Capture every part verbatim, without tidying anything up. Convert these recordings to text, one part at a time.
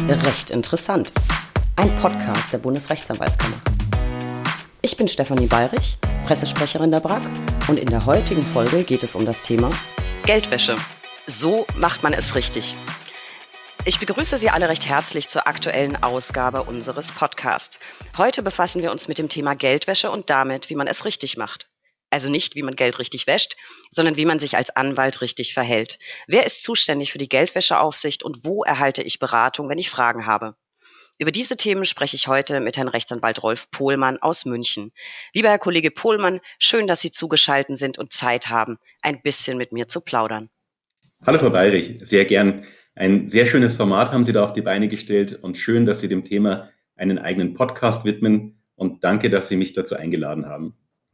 Recht interessant. Ein Podcast der Bundesrechtsanwaltskammer. Ich bin Stefanie Bayrich, Pressesprecherin der B R A K, und in der heutigen Folge geht es um das Thema Geldwäsche. So macht man es richtig. Ich begrüße Sie alle recht herzlich zur aktuellen Ausgabe unseres Podcasts. Heute befassen wir uns mit dem Thema Geldwäsche und damit, wie man es richtig macht. Also nicht, wie man Geld richtig wäscht, sondern wie man sich als Anwalt richtig verhält. Wer ist zuständig für die Geldwäscheaufsicht und wo erhalte ich Beratung, wenn ich Fragen habe? Über diese Themen spreche ich heute mit Herrn Rechtsanwalt Rolf Pohlmann aus München. Lieber Herr Kollege Pohlmann, schön, dass Sie zugeschaltet sind und Zeit haben, ein bisschen mit mir zu plaudern. Hallo Frau Bayrich, sehr gern. Ein sehr schönes Format haben Sie da auf die Beine gestellt und schön, dass Sie dem Thema einen eigenen Podcast widmen, und danke, dass Sie mich dazu eingeladen haben.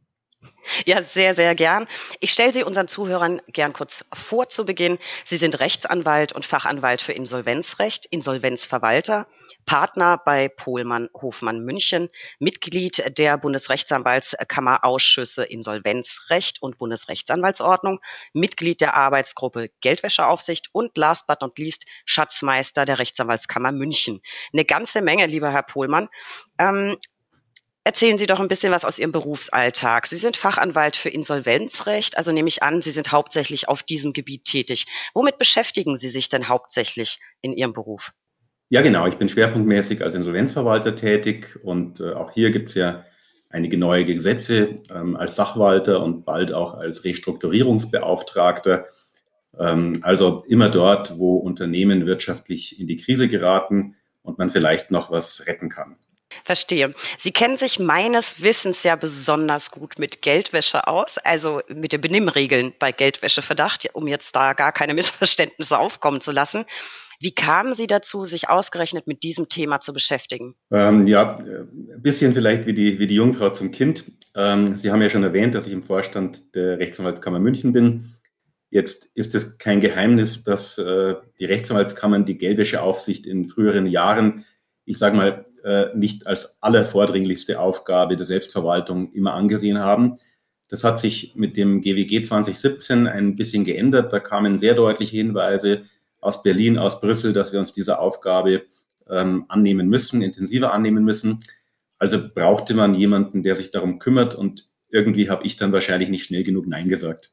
Ja, sehr, sehr gern. Ich stelle Sie unseren Zuhörern gern kurz vor zu Beginn. Sie sind Rechtsanwalt und Fachanwalt für Insolvenzrecht, Insolvenzverwalter, Partner bei Pohlmann Hofmann München, Mitglied der Bundesrechtsanwaltskammer Ausschüsse Insolvenzrecht und Bundesrechtsanwaltsordnung, Mitglied der Arbeitsgruppe Geldwäscheaufsicht und last but not least Schatzmeister der Rechtsanwaltskammer München. Eine ganze Menge, lieber Herr Pohlmann. Ähm, Erzählen Sie doch ein bisschen was aus Ihrem Berufsalltag. Sie sind Fachanwalt für Insolvenzrecht, also nehme ich an, Sie sind hauptsächlich auf diesem Gebiet tätig. Womit beschäftigen Sie sich denn hauptsächlich in Ihrem Beruf? Ja, genau. Ich bin schwerpunktmäßig als Insolvenzverwalter tätig, und äh, auch hier gibt es ja einige neue Gesetze ähm, als Sachwalter und bald auch als Restrukturierungsbeauftragter. Ähm, also immer dort, wo Unternehmen wirtschaftlich in die Krise geraten und man vielleicht noch was retten kann. Verstehe. Sie kennen sich meines Wissens ja besonders gut mit Geldwäsche aus, also mit den Benimmregeln bei Geldwäscheverdacht, um jetzt da gar keine Missverständnisse aufkommen zu lassen. Wie kamen Sie dazu, sich ausgerechnet mit diesem Thema zu beschäftigen? Ähm, ja, ein bisschen vielleicht wie die, wie die Jungfrau zum Kind. Ähm, Sie haben ja schon erwähnt, dass ich im Vorstand der Rechtsanwaltskammer München bin. Jetzt ist es kein Geheimnis, dass äh, die Rechtsanwaltskammern die Geldwäscheaufsicht in früheren Jahren, ich sage mal, äh, nicht als allervordringlichste Aufgabe der Selbstverwaltung immer angesehen haben. Das hat sich mit dem G W G zwanzig siebzehn ein bisschen geändert. Da kamen sehr deutliche Hinweise aus Berlin, aus Brüssel, dass wir uns dieser Aufgabe ähm, annehmen müssen, intensiver annehmen müssen. Also brauchte man jemanden, der sich darum kümmert, und irgendwie habe ich dann wahrscheinlich nicht schnell genug Nein gesagt.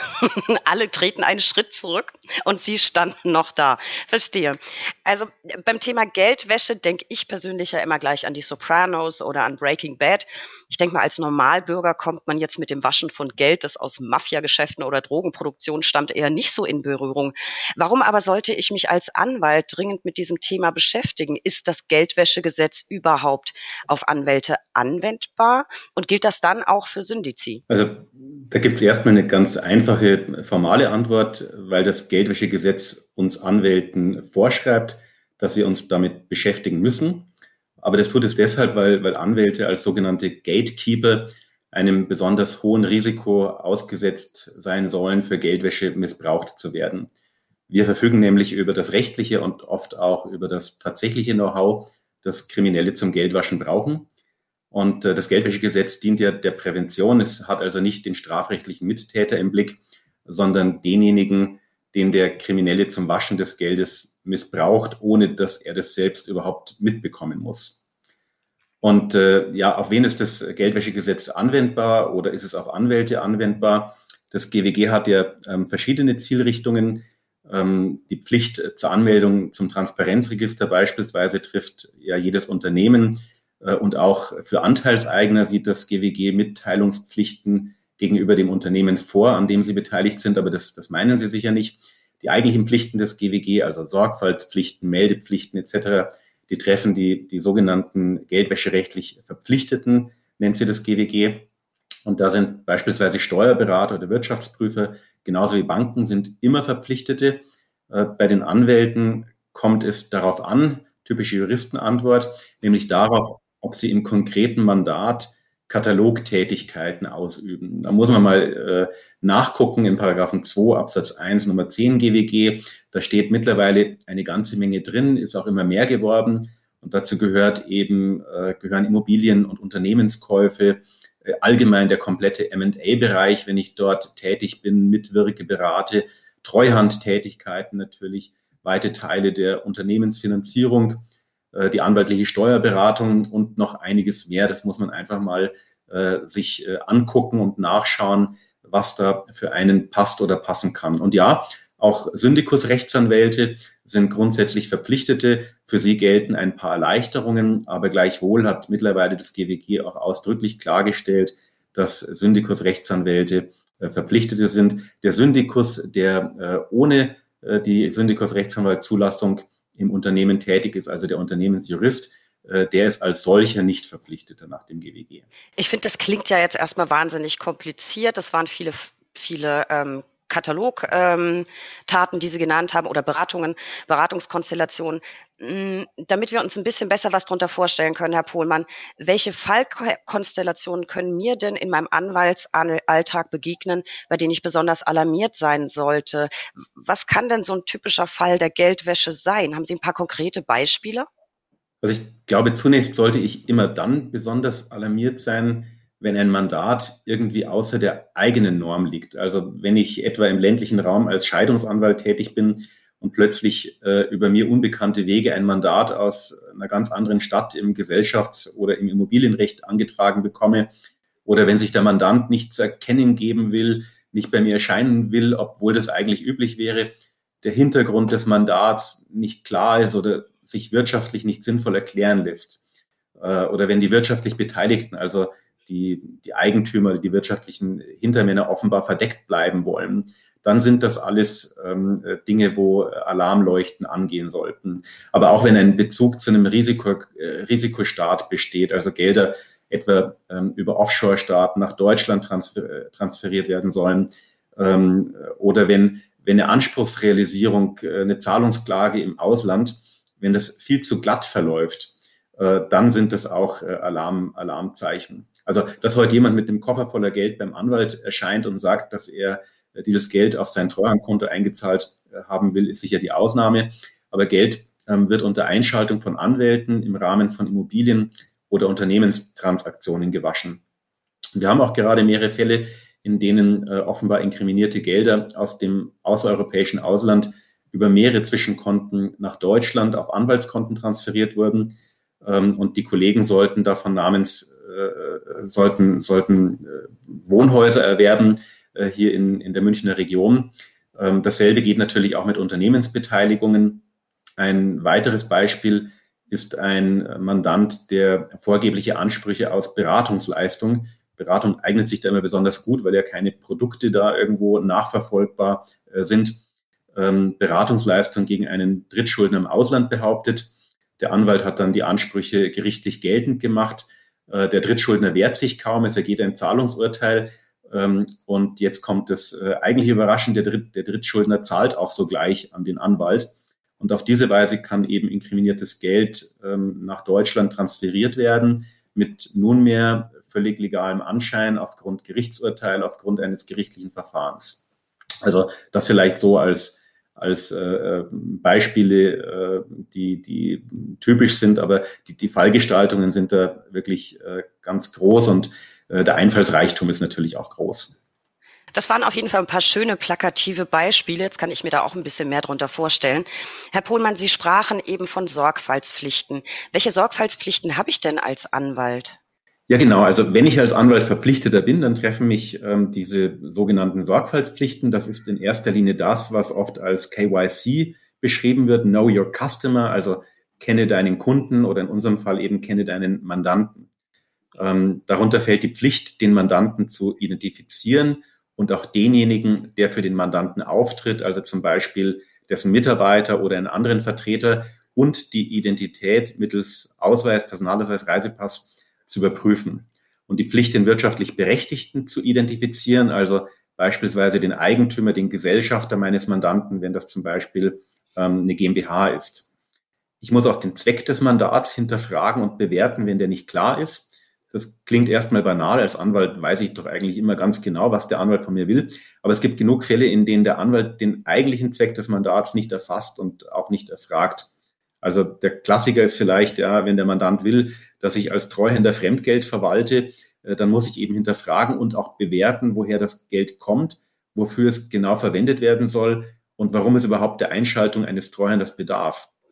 Alle treten einen Schritt zurück und Sie standen noch da. Verstehe. Also beim Thema Geldwäsche denke ich persönlich ja immer gleich an die Sopranos oder an Breaking Bad. Ich denke mal, als Normalbürger kommt man jetzt mit dem Waschen von Geld, das aus Mafiageschäften oder Drogenproduktion stammt, eher nicht so in Berührung. Warum aber sollte ich mich als Anwalt dringend mit diesem Thema beschäftigen? Ist das Geldwäschegesetz überhaupt auf Anwälte anwendbar? Und gilt das dann auch für Syndizi? Also da gibt es erstmal eine ganz einfache formale Antwort, weil das Geldwäschegesetz uns Anwälten vorschreibt, dass wir uns damit beschäftigen müssen. Aber das tut es deshalb, weil, weil Anwälte als sogenannte Gatekeeper einem besonders hohen Risiko ausgesetzt sein sollen, für Geldwäsche missbraucht zu werden. Wir verfügen nämlich über das rechtliche und oft auch über das tatsächliche Know-how, das Kriminelle zum Geldwaschen brauchen. Und äh, das Geldwäschegesetz dient ja der Prävention. Es hat also nicht den strafrechtlichen Mittäter im Blick, sondern denjenigen, den der Kriminelle zum Waschen des Geldes missbraucht, ohne dass er das selbst überhaupt mitbekommen muss. Und äh, ja, auf wen ist das Geldwäschegesetz anwendbar, oder ist es auf Anwälte anwendbar? Das G W G hat ja ähm, verschiedene Zielrichtungen. Ähm, die Pflicht zur Anmeldung zum Transparenzregister beispielsweise trifft ja jedes Unternehmen. Und auch für Anteilseigner sieht das G W G Mitteilungspflichten gegenüber dem Unternehmen vor, an dem sie beteiligt sind. Aber das, das meinen Sie sicher nicht. Die eigentlichen Pflichten des G W G, also Sorgfaltspflichten, Meldepflichten et cetera, die treffen die, die sogenannten geldwäscherechtlich Verpflichteten, nennt sie das G W G. Und da sind beispielsweise Steuerberater oder Wirtschaftsprüfer, genauso wie Banken, sind immer Verpflichtete. Bei den Anwälten kommt es darauf an, typische Juristenantwort, nämlich darauf, ob sie im konkreten Mandat Katalogtätigkeiten ausüben. Da muss man mal äh, nachgucken in Paragraphen zwei Absatz eins Nummer zehn G W G. Da steht mittlerweile eine ganze Menge drin, ist auch immer mehr geworden. Und dazu gehört eben, äh, gehören Immobilien- und Unternehmenskäufe, äh, allgemein der komplette M und A-Bereich, wenn ich dort tätig bin, mitwirke, berate, Treuhandtätigkeiten natürlich, weite Teile der Unternehmensfinanzierung. äh, die anwaltliche Steuerberatung und noch einiges mehr. Das muss man einfach mal äh, sich äh, angucken und nachschauen, was da für einen passt oder passen kann. Und ja, auch Syndikus-Rechtsanwälte sind grundsätzlich Verpflichtete. Für sie gelten ein paar Erleichterungen, aber gleichwohl hat mittlerweile das G W G auch ausdrücklich klargestellt, dass Syndikus-Rechtsanwälte äh, Verpflichtete sind. Der Syndikus, der äh, ohne äh, die Syndikus-Rechtsanwaltszulassung im Unternehmen tätig ist, also der Unternehmensjurist, äh, der ist als solcher nicht Verpflichteter nach dem G W G. Ich finde, das klingt ja jetzt erstmal wahnsinnig kompliziert. Das waren viele, viele ähm, Katalogtaten, ähm, die Sie genannt haben, oder Beratungen, Beratungskonstellationen. Mm, damit wir uns ein bisschen besser was darunter vorstellen können, Herr Pohlmann, welche Fallkonstellationen können mir denn in meinem Anwaltsalltag begegnen, bei denen ich besonders alarmiert sein sollte? Was kann denn so ein typischer Fall der Geldwäsche sein? Haben Sie ein paar konkrete Beispiele? Also ich glaube, zunächst sollte ich immer dann besonders alarmiert sein, wenn ein Mandat irgendwie außer der eigenen Norm liegt. Also wenn ich etwa im ländlichen Raum als Scheidungsanwalt tätig bin und plötzlich äh, über mir unbekannte Wege ein Mandat aus einer ganz anderen Stadt im Gesellschafts- oder im Immobilienrecht angetragen bekomme, oder wenn sich der Mandant nicht zu erkennen geben will, nicht bei mir erscheinen will, obwohl das eigentlich üblich wäre, der Hintergrund des Mandats nicht klar ist oder sich wirtschaftlich nicht sinnvoll erklären lässt. Äh, oder wenn die wirtschaftlich Beteiligten, also die, die Eigentümer, die wirtschaftlichen Hintermänner offenbar verdeckt bleiben wollen, dann sind das alles ähm, Dinge, wo Alarmleuchten angehen sollten. Aber auch wenn ein Bezug zu einem Risiko, äh, Risikostaat besteht, also Gelder etwa ähm, über Offshore-Staaten nach Deutschland transfer, transferiert werden sollen, ähm, oder wenn, wenn eine Anspruchsrealisierung, äh, eine Zahlungsklage im Ausland, wenn das viel zu glatt verläuft, äh, dann sind das auch äh, Alarm, Alarmzeichen. Also, dass heute jemand mit einem Koffer voller Geld beim Anwalt erscheint und sagt, dass er äh, dieses Geld auf sein Treuhandkonto eingezahlt äh, haben will, ist sicher die Ausnahme. Aber Geld ähm, wird unter Einschaltung von Anwälten im Rahmen von Immobilien- oder Unternehmenstransaktionen gewaschen. Wir haben auch gerade mehrere Fälle, in denen äh, offenbar inkriminierte Gelder aus dem außereuropäischen Ausland über mehrere Zwischenkonten nach Deutschland auf Anwaltskonten transferiert wurden. Ähm, und die Kollegen sollten davon namens, äh, sollten, sollten äh, Wohnhäuser erwerben, äh, hier in, in der Münchner Region. Ähm, dasselbe geht natürlich auch mit Unternehmensbeteiligungen. Ein weiteres Beispiel ist ein Mandant, der vorgebliche Ansprüche aus Beratungsleistung, Beratung eignet sich da immer besonders gut, weil ja keine Produkte da irgendwo nachverfolgbar äh, sind, ähm, Beratungsleistung gegen einen Drittschuldner im Ausland behauptet. Der Anwalt hat dann die Ansprüche gerichtlich geltend gemacht. Äh, der Drittschuldner wehrt sich kaum, es ergeht ein Zahlungsurteil. Ähm, und jetzt kommt das äh, eigentlich überraschend, der, Dritt, der Drittschuldner zahlt auch sogleich an den Anwalt. Und auf diese Weise kann eben inkriminiertes Geld ähm, nach Deutschland transferiert werden mit nunmehr völlig legalem Anschein aufgrund Gerichtsurteil, aufgrund eines gerichtlichen Verfahrens. Also das vielleicht so als, als äh, Beispiele, äh, die, die typisch sind, aber die, die Fallgestaltungen sind da wirklich äh, ganz groß und äh, der Einfallsreichtum ist natürlich auch groß. Das waren auf jeden Fall ein paar schöne plakative Beispiele. Jetzt kann ich mir da auch ein bisschen mehr drunter vorstellen. Herr Pohlmann, Sie sprachen eben von Sorgfaltspflichten. Welche Sorgfaltspflichten habe ich denn als Anwalt? Ja, genau. Also wenn ich als Anwalt Verpflichteter bin, dann treffen mich ähm, diese sogenannten Sorgfaltspflichten. Das ist in erster Linie das, was oft als K Y C beschrieben wird, Know Your Customer, also kenne deinen Kunden oder in unserem Fall eben kenne deinen Mandanten. Ähm, darunter fällt die Pflicht, den Mandanten zu identifizieren und auch denjenigen, der für den Mandanten auftritt, also zum Beispiel dessen Mitarbeiter oder einen anderen Vertreter, und die Identität mittels Ausweis, Personalausweis, Reisepass zu überprüfen. Und die Pflicht, den wirtschaftlich Berechtigten zu identifizieren, also beispielsweise den Eigentümer, den Gesellschafter meines Mandanten, wenn das zum Beispiel ähm, eine GmbH ist. Ich muss auch den Zweck des Mandats hinterfragen und bewerten, wenn der nicht klar ist. Das klingt erstmal banal. Als Anwalt weiß ich doch eigentlich immer ganz genau, was der Anwalt von mir will. Aber es gibt genug Fälle, in denen der Anwalt den eigentlichen Zweck des Mandats nicht erfasst und auch nicht erfragt. Also der Klassiker ist vielleicht, ja, wenn der Mandant will, dass ich als Treuhänder Fremdgeld verwalte, dann muss ich eben hinterfragen und auch bewerten, woher das Geld kommt, wofür es genau verwendet werden soll und warum es überhaupt der Einschaltung eines Treuhänders bedarf.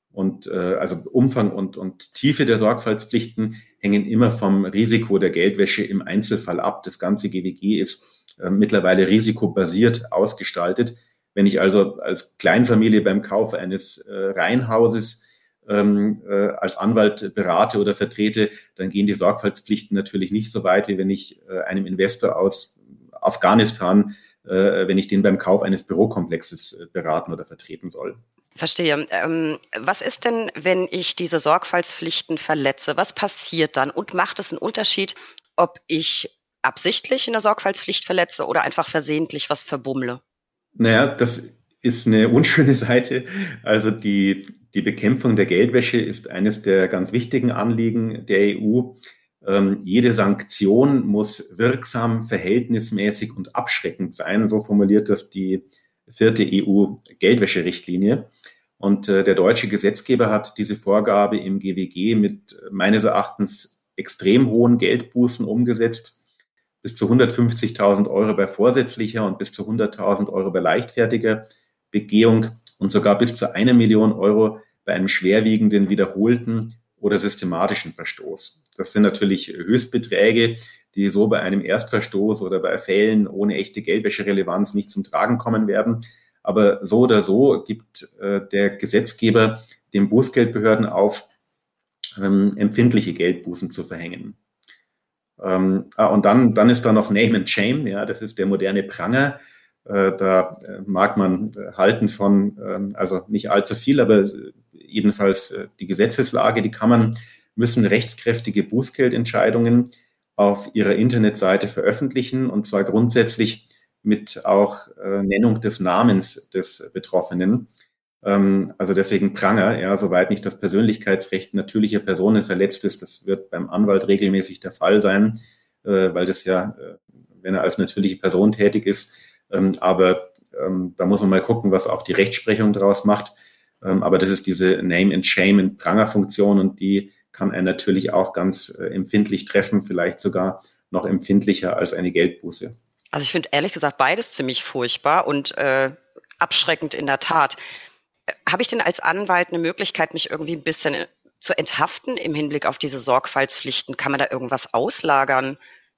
Und äh, also Umfang und, und Tiefe der Sorgfaltspflichten hängen immer vom Risiko der Geldwäsche im Einzelfall ab. Das ganze G W G ist äh, mittlerweile risikobasiert ausgestaltet. Wenn ich also als Kleinfamilie beim Kauf eines äh, Reihenhauses ähm, äh, als Anwalt berate oder vertrete, dann gehen die Sorgfaltspflichten natürlich nicht so weit, wie wenn ich äh, einem Investor aus Afghanistan, äh, wenn ich den beim Kauf eines Bürokomplexes äh, beraten oder vertreten soll. Verstehe. Ähm, was ist denn, wenn ich diese Sorgfaltspflichten verletze? Was passiert dann? Und macht es einen Unterschied, ob ich absichtlich eine Sorgfaltspflicht verletze oder einfach versehentlich was verbummle? Naja, das ist eine unschöne Seite. Also die, die Bekämpfung der Geldwäsche ist eines der ganz wichtigen Anliegen der E U. Ähm, jede Sanktion muss wirksam, verhältnismäßig und abschreckend sein. So formuliert das die vierte E U-Geldwäscherichtlinie. Und äh, der deutsche Gesetzgeber hat diese Vorgabe im G W G mit meines Erachtens extrem hohen Geldbußen umgesetzt. Bis zu hundertfünfzigtausend Euro bei vorsätzlicher und bis zu hunderttausend Euro bei leichtfertiger Begehung und sogar bis zu einer Million Euro bei einem schwerwiegenden, wiederholten oder systematischen Verstoß. Das sind natürlich Höchstbeträge, die so bei einem Erstverstoß oder bei Fällen ohne echte Geldwäscherelevanz nicht zum Tragen kommen werden. Aber so oder so gibt äh, der Gesetzgeber den Bußgeldbehörden auf, ähm, empfindliche Geldbußen zu verhängen. Ähm, ah, und dann, dann ist da noch Name and Shame, ja, das ist der moderne Pranger. Äh, da äh, mag man äh, halten von, äh, also nicht allzu viel, aber jedenfalls äh, die Gesetzeslage. Die Kammern müssen rechtskräftige Bußgeldentscheidungen auf ihrer Internetseite veröffentlichen, und zwar grundsätzlich mit auch äh, Nennung des Namens des Betroffenen. Ähm, also deswegen Pranger, ja, soweit nicht das Persönlichkeitsrecht natürlicher Personen verletzt ist. Das wird beim Anwalt regelmäßig der Fall sein, äh, weil das ja, äh, wenn er als natürliche Person tätig ist, ähm, aber ähm, da muss man mal gucken, was auch die Rechtsprechung daraus macht. Ähm, aber das ist diese Name and Shame and Pranger-Funktion, und die kann er natürlich auch ganz äh, empfindlich treffen, vielleicht sogar noch empfindlicher als eine Geldbuße. Also ich finde ehrlich gesagt beides ziemlich furchtbar und äh, abschreckend in der Tat. Habe ich denn als Anwalt eine Möglichkeit, mich irgendwie ein bisschen zu enthaften im Hinblick auf diese Sorgfaltspflichten? Kann man da irgendwas auslagern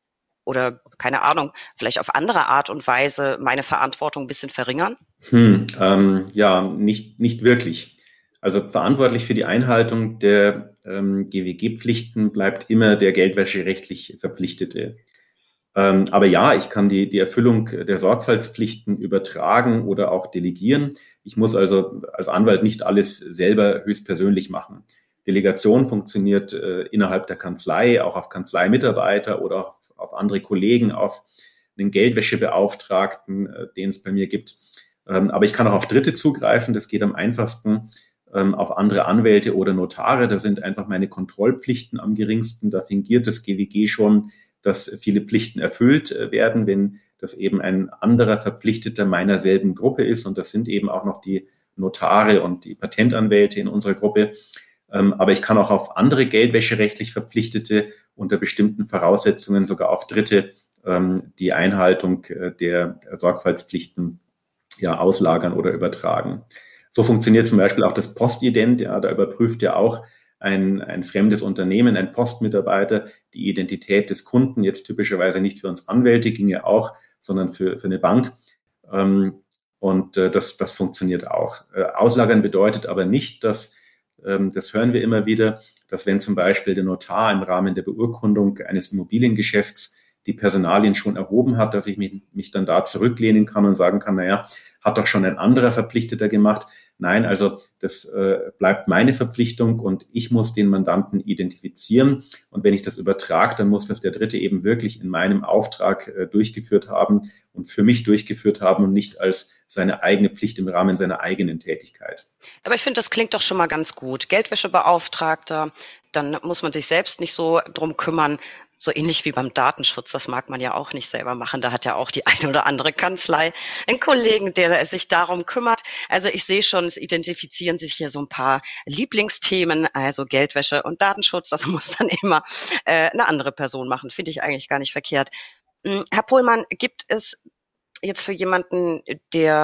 oder, keine Ahnung, vielleicht auf andere Art und Weise meine Verantwortung ein bisschen verringern? Hm, ähm, ja, nicht, nicht wirklich. Also verantwortlich für die Einhaltung der ähm, G W G-Pflichten bleibt immer der geldwäscherechtlich Verpflichtete. Ähm, aber ja, ich kann die, die Erfüllung der Sorgfaltspflichten übertragen oder auch delegieren. Ich muss also als Anwalt nicht alles selber höchstpersönlich machen. Delegation funktioniert äh, innerhalb der Kanzlei, auch auf Kanzleimitarbeiter oder auf, auf andere Kollegen, auf einen Geldwäschebeauftragten, äh, den es bei mir gibt. Ähm, aber ich kann auch auf Dritte zugreifen. Das geht am einfachsten, ähm, auf andere Anwälte oder Notare. Da sind einfach meine Kontrollpflichten am geringsten. Da fingiert das G W G schon, dass viele Pflichten erfüllt werden, wenn das eben ein anderer Verpflichteter meiner selben Gruppe ist. Und das sind eben auch noch die Notare und die Patentanwälte in unserer Gruppe. Aber ich kann auch auf andere geldwäscherechtlich Verpflichtete unter bestimmten Voraussetzungen, sogar auf Dritte, die Einhaltung der Sorgfaltspflichten ja auslagern oder übertragen. So funktioniert zum Beispiel auch das Postident. Ja, da überprüft ja auch ein, ein fremdes Unternehmen, ein Postmitarbeiter, die Identität des Kunden, jetzt typischerweise nicht für uns Anwälte, ging ja auch, sondern für, für eine Bank. Ähm, und äh, das, das funktioniert auch. Äh, auslagern bedeutet aber nicht, dass, ähm, das hören wir immer wieder, dass wenn zum Beispiel der Notar im Rahmen der Beurkundung eines Immobiliengeschäfts die Personalien schon erhoben hat, dass ich mich, mich dann da zurücklehnen kann und sagen kann, naja, hat doch schon ein anderer Verpflichteter gemacht. Nein, also das äh, bleibt meine Verpflichtung, und ich muss den Mandanten identifizieren. Und wenn ich das übertrage, dann muss das der Dritte eben wirklich in meinem Auftrag äh, durchgeführt haben und für mich durchgeführt haben und nicht als seine eigene Pflicht im Rahmen seiner eigenen Tätigkeit. Aber ich finde, das klingt doch schon mal ganz gut. Geldwäschebeauftragter, dann muss man sich selbst nicht so drum kümmern. So ähnlich wie beim Datenschutz, das mag man ja auch nicht selber machen. Da hat ja auch die eine oder andere Kanzlei einen Kollegen, der sich darum kümmert. Also ich sehe schon, es identifizieren sich hier so ein paar Lieblingsthemen, also Geldwäsche und Datenschutz. Das muss dann immer äh, eine andere Person machen. Finde ich eigentlich gar nicht verkehrt. Hm, Herr Pohlmann, gibt es jetzt für jemanden, der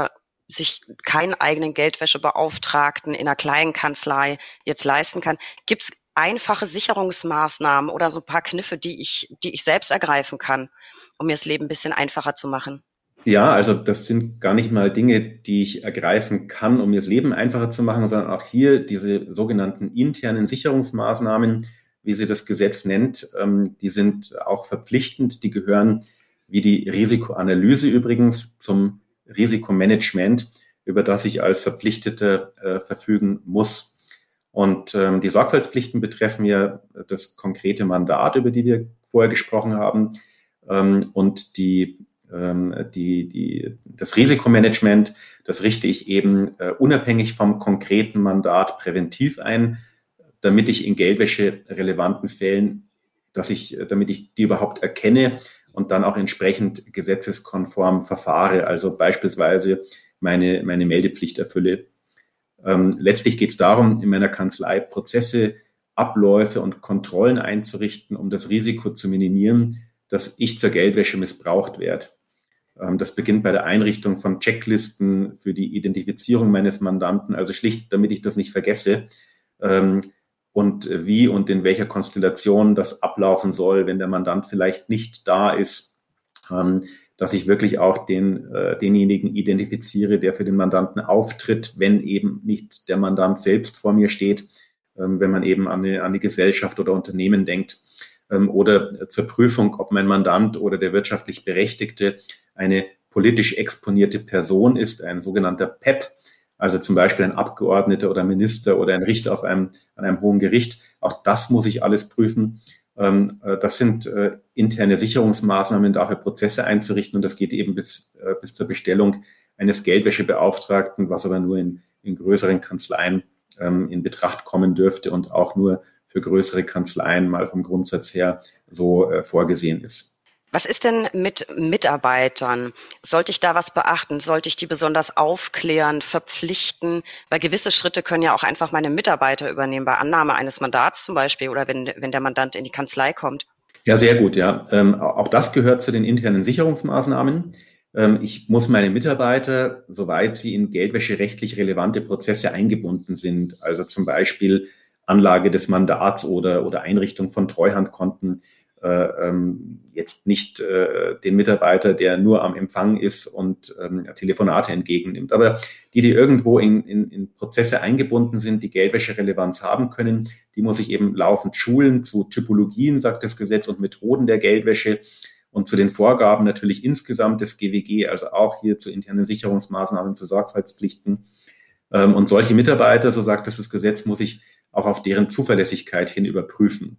sich keinen eigenen Geldwäschebeauftragten in einer kleinen Kanzlei jetzt leisten kann. Gibt es einfache Sicherungsmaßnahmen oder so ein paar Kniffe, die ich, die ich selbst ergreifen kann, um mir das Leben ein bisschen einfacher zu machen? Ja, also das sind gar nicht mal Dinge, die ich ergreifen kann, um mir das Leben einfacher zu machen, sondern auch hier diese sogenannten internen Sicherungsmaßnahmen, wie sie das Gesetz nennt, ähm, die sind auch verpflichtend. Die gehören, wie die Risikoanalyse übrigens, zum Risikomanagement, über das ich als Verpflichteter äh, verfügen muss. Und ähm, die Sorgfaltspflichten betreffen ja das konkrete Mandat, über die wir vorher gesprochen haben, ähm, und die Die, die, das Risikomanagement, das richte ich eben äh, unabhängig vom konkreten Mandat präventiv ein, damit ich in Geldwäsche relevanten Fällen, dass ich, damit ich die überhaupt erkenne und dann auch entsprechend gesetzeskonform verfahre, also beispielsweise meine, meine Meldepflicht erfülle. Ähm, letztlich geht es darum, in meiner Kanzlei Prozesse, Abläufe und Kontrollen einzurichten, um das Risiko zu minimieren, dass ich zur Geldwäsche missbraucht werde. Das beginnt bei der Einrichtung von Checklisten für die Identifizierung meines Mandanten, also schlicht, damit ich das nicht vergesse, und wie und in welcher Konstellation das ablaufen soll, wenn der Mandant vielleicht nicht da ist, dass ich wirklich auch den, denjenigen identifiziere, der für den Mandanten auftritt, wenn eben nicht der Mandant selbst vor mir steht, wenn man eben an die, an die Gesellschaft oder Unternehmen denkt, oder zur Prüfung, ob mein Mandant oder der wirtschaftlich Berechtigte eine politisch exponierte Person ist, ein sogenannter P E P, also zum Beispiel ein Abgeordneter oder Minister oder ein Richter auf einem, an einem hohen Gericht. Auch das muss ich alles prüfen. Das sind interne Sicherungsmaßnahmen, dafür Prozesse einzurichten, und das geht eben bis, bis zur Bestellung eines Geldwäschebeauftragten, was aber nur in, in größeren Kanzleien in Betracht kommen dürfte und auch nur für größere Kanzleien mal vom Grundsatz her so vorgesehen ist. Was ist denn mit Mitarbeitern? Sollte ich da was beachten? Sollte ich die besonders aufklären, verpflichten? Weil gewisse Schritte können ja auch einfach meine Mitarbeiter übernehmen, bei Annahme eines Mandats zum Beispiel oder wenn, wenn der Mandant in die Kanzlei kommt. Ja, sehr gut, ja. Ähm, auch das gehört zu den internen Sicherungsmaßnahmen. Ähm, ich muss meine Mitarbeiter, soweit sie in geldwäscherechtlich relevante Prozesse eingebunden sind, also zum Beispiel Anlage des Mandats oder, oder Einrichtung von Treuhandkonten, äh, ähm, jetzt nicht äh, den Mitarbeiter, der nur am Empfang ist und ähm, Telefonate entgegennimmt. Aber die, die irgendwo in, in, in Prozesse eingebunden sind, die Geldwäscherelevanz haben können, die muss ich eben laufend schulen zu Typologien, sagt das Gesetz, und Methoden der Geldwäsche und zu den Vorgaben natürlich insgesamt des G W G, also auch hier zu internen Sicherungsmaßnahmen, zu Sorgfaltspflichten. Ähm, und solche Mitarbeiter, so sagt es das Gesetz, muss ich auch auf deren Zuverlässigkeit hin überprüfen.